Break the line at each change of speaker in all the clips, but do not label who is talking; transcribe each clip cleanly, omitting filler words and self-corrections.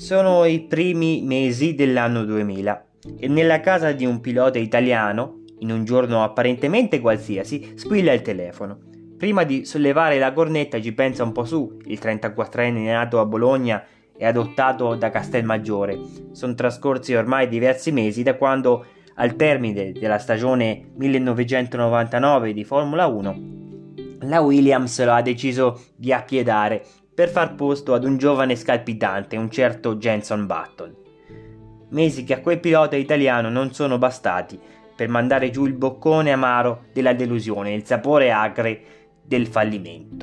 Sono i primi mesi dell'anno 2000 e nella casa di un pilota italiano, in un giorno apparentemente qualsiasi, squilla il telefono. Prima di sollevare la cornetta ci pensa un po' su, il 34enne nato a Bologna e adottato da Castelmaggiore. Sono trascorsi ormai diversi mesi da quando, al termine della stagione 1999 di Formula 1, la Williams lo ha deciso di appiedare per far posto ad un giovane scalpitante, un certo Jenson Button. Mesi che a quel pilota italiano non sono bastati per mandare giù il boccone amaro della delusione, il sapore acre del fallimento.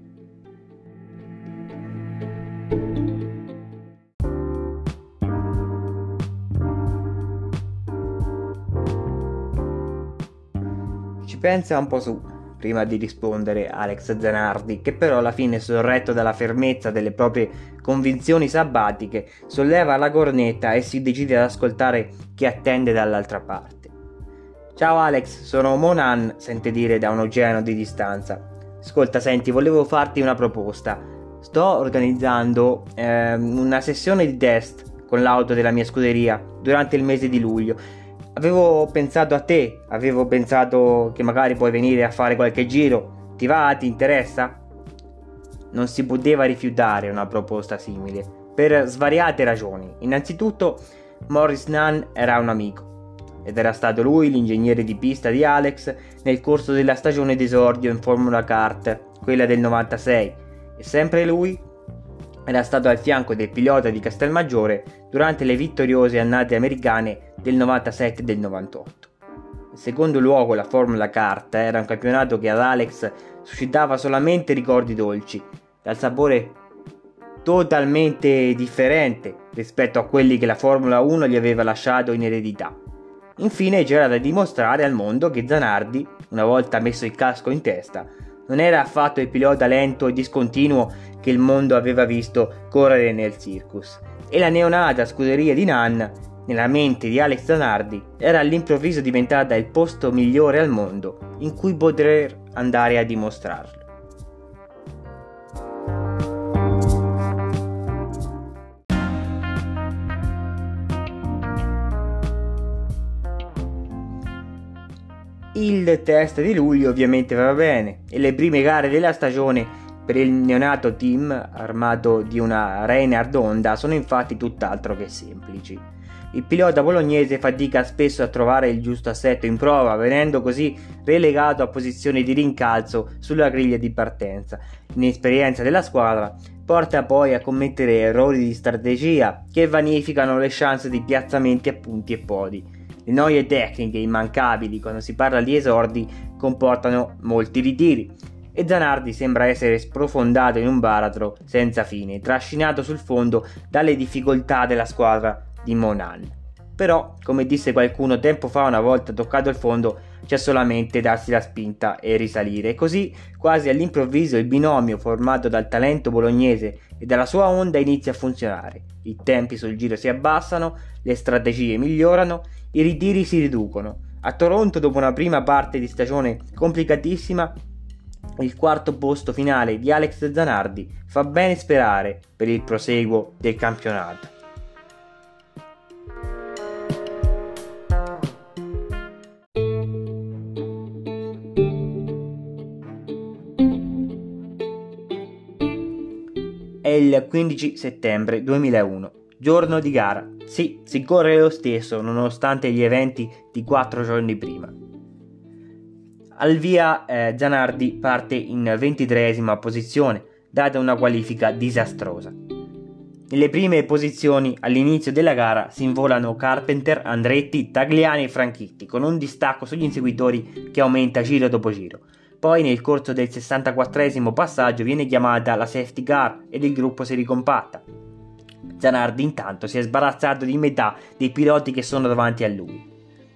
Ci pensa un po' su prima di rispondere Alex Zanardi, che però alla fine, sorretto dalla fermezza delle proprie convinzioni sabbatiche, solleva la cornetta e si decide ad ascoltare chi attende dall'altra parte. Ciao Alex, sono Monan, sente dire da un oceano di distanza. Ascolta, senti, volevo farti una proposta. Sto organizzando una sessione di test con l'auto della mia scuderia durante il mese di luglio. Avevo pensato a te, avevo pensato che magari puoi venire a fare qualche giro. Ti va? Ti interessa? Non si poteva rifiutare una proposta simile, per svariate ragioni. Innanzitutto, Maurice Nunn era un amico, ed era stato lui l'ingegnere di pista di Alex nel corso della stagione d'esordio in Formula Kart, quella del 96, e sempre lui era stato al fianco del pilota di Castelmaggiore durante le vittoriose annate americane del 97 e del 98. In secondo luogo, la Formula Kart era un campionato che ad Alex suscitava solamente ricordi dolci, dal sapore totalmente differente rispetto a quelli che la Formula 1 gli aveva lasciato in eredità. Infine c'era da dimostrare al mondo che Zanardi, una volta messo il casco in testa, non era affatto il pilota lento e discontinuo che il mondo aveva visto correre nel circus, e la neonata scuderia di Nunn, nella mente di Alex Zanardi, era all'improvviso diventata il posto migliore al mondo in cui poter andare a dimostrarlo. Il test di luglio ovviamente va bene e le prime gare della stagione per il neonato team armato di una Reinhard Honda sono infatti tutt'altro che semplici. Il pilota bolognese fatica spesso a trovare il giusto assetto in prova, venendo così relegato a posizioni di rincalzo sulla griglia di partenza. L'inesperienza della squadra porta poi a commettere errori di strategia che vanificano le chance di piazzamenti a punti e podi. Le noie tecniche immancabili quando si parla di esordi comportano molti ritiri e Zanardi sembra essere sprofondato in un baratro senza fine, trascinato sul fondo dalle difficoltà della squadra di Monan. Però, come disse qualcuno tempo fa, una volta toccato il fondo c'è solamente darsi la spinta e risalire, e così quasi all'improvviso il binomio formato dal talento bolognese e dalla sua Honda inizia a funzionare. I tempi sul giro si abbassano, le strategie migliorano, i ritiri si riducono. A Toronto, dopo una prima parte di stagione complicatissima, il quarto posto finale di Alex Zanardi fa bene sperare per il proseguo del campionato. È il 15 settembre 2001, giorno di gara. Sì, si corre lo stesso nonostante gli eventi di 4 giorni prima. Al via Zanardi parte in 23esima posizione, data una qualifica disastrosa. Nelle prime posizioni all'inizio della gara si involano Carpenter, Andretti, Tagliani e Franchitti, con un distacco sugli inseguitori che aumenta giro dopo giro. Poi nel corso del 64esimo passaggio viene chiamata la safety car ed il gruppo si ricompatta. Zanardi intanto si è sbarazzato di metà dei piloti che sono davanti a lui.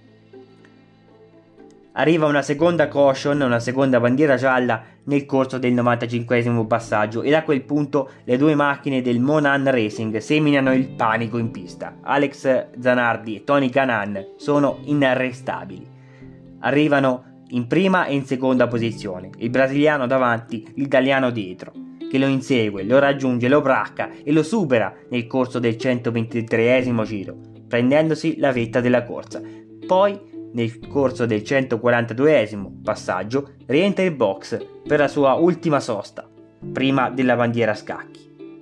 Arriva una seconda caution, una seconda bandiera gialla nel corso del 95esimo passaggio e da quel punto le due macchine del Monan Racing seminano il panico in pista. Alex Zanardi e Tony Kanaan sono inarrestabili. Arrivano in prima e in seconda posizione, il brasiliano davanti, l'italiano dietro. che lo insegue, lo raggiunge, lo bracca e lo supera nel corso del 123esimo giro, prendendosi la vetta della corsa. Poi, nel corso del 142esimo passaggio, rientra in box per la sua ultima sosta, prima della bandiera a scacchi.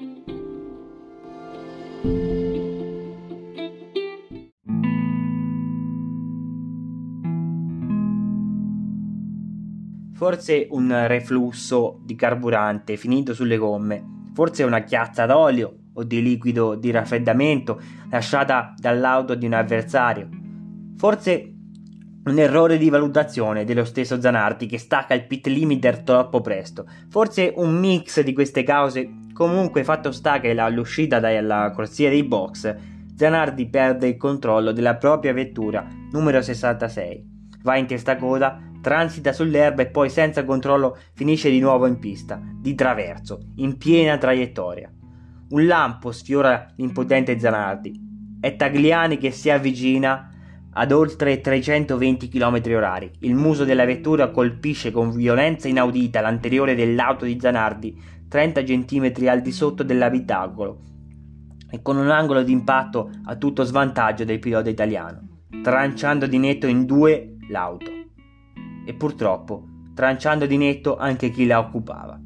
Forse un reflusso di carburante finito sulle gomme, forse una chiazza d'olio o di liquido di raffreddamento lasciata dall'auto di un avversario, forse un errore di valutazione dello stesso Zanardi che stacca il pit limiter troppo presto, forse un mix di queste cause. Comunque, fatto sta che all'uscita dalla corsia dei box Zanardi perde il controllo della propria vettura numero 66, va in testacoda, transita sull'erba e poi senza controllo finisce di nuovo in pista, di traverso, in piena traiettoria. Un lampo sfiora l'impotente Zanardi. È Tagliani che si avvicina ad oltre 320 km/h. Il muso della vettura colpisce con violenza inaudita l'anteriore dell'auto di Zanardi, 30 cm al di sotto dell'abitacolo, e con un angolo di impatto a tutto svantaggio del pilota italiano, tranciando di netto in due l'auto. E purtroppo tranciando di netto anche chi la occupava.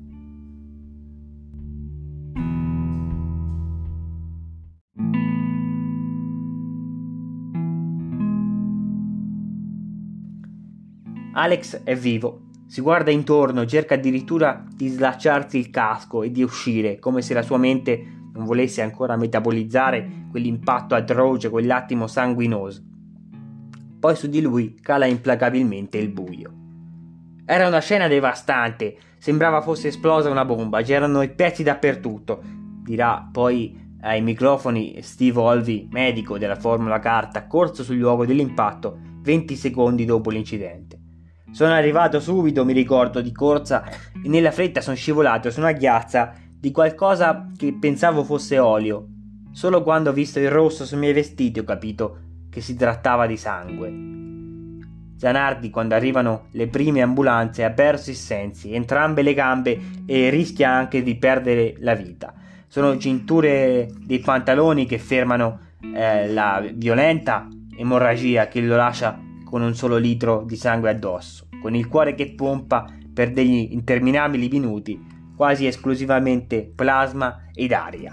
Alex è vivo, si guarda intorno, cerca addirittura di slacciarsi il casco e di uscire, come se la sua mente non volesse ancora metabolizzare quell'impatto atroce, quell'attimo sanguinoso. Poi su di lui cala implacabilmente il buio. Era una scena devastante, sembrava fosse esplosa una bomba, c'erano i pezzi dappertutto, dirà poi ai microfoni Steve Olvi, medico della Formula Kart, corso sul luogo dell'impatto 20 secondi dopo l'incidente. Sono arrivato subito, mi ricordo, di corsa, e nella fretta sono scivolato su una ghiazza di qualcosa che pensavo fosse olio. Solo quando ho visto il rosso sui miei vestiti ho capito che si trattava di sangue. Zanardi, quando arrivano le prime ambulanze, ha perso i sensi, entrambe le gambe, e rischia anche di perdere la vita. Sono cinture dei pantaloni che fermano la violenta emorragia che lo lascia con un solo litro di sangue addosso, con il cuore che pompa per degli interminabili minuti, quasi esclusivamente plasma ed aria.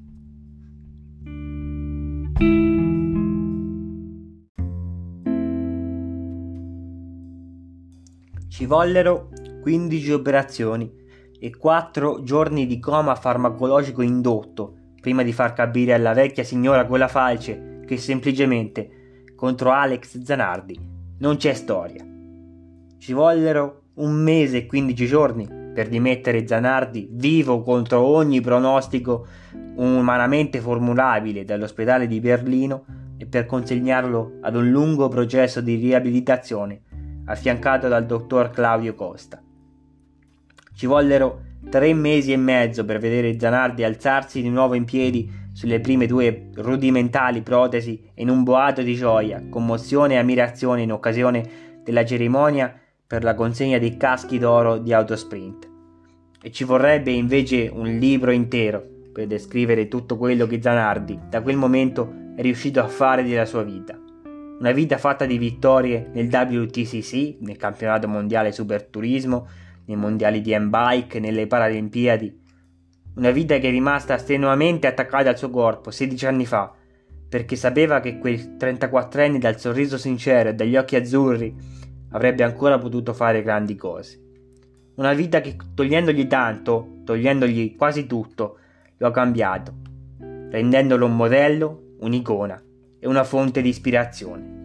Ci vollero 15 operazioni e 4 giorni di coma farmacologico indotto prima di far capire alla vecchia signora con la falce che semplicemente contro Alex Zanardi non c'è storia. Ci vollero 1 mese e 15 giorni per dimettere Zanardi vivo contro ogni pronostico umanamente formulabile dall'ospedale di Berlino e per consegnarlo ad un lungo processo di riabilitazione affiancato dal dottor Claudio Costa. Ci vollero 3 mesi e mezzo per vedere Zanardi alzarsi di nuovo in piedi sulle prime 2 rudimentali protesi e in un boato di gioia, commozione e ammirazione in occasione della cerimonia per la consegna dei caschi d'oro di Autosprint. E ci vorrebbe invece un libro intero per descrivere tutto quello che Zanardi da quel momento è riuscito a fare della sua vita. Una vita fatta di vittorie nel WTCC, nel campionato mondiale superturismo, nei mondiali di M-Bike, nelle Paralimpiadi. Una vita che è rimasta strenuamente attaccata al suo corpo 16 anni fa, perché sapeva che quel 34enne dal sorriso sincero e dagli occhi azzurri avrebbe ancora potuto fare grandi cose. Una vita che, togliendogli tanto, togliendogli quasi tutto, lo ha cambiato, rendendolo un modello, un'icona e una fonte di ispirazione.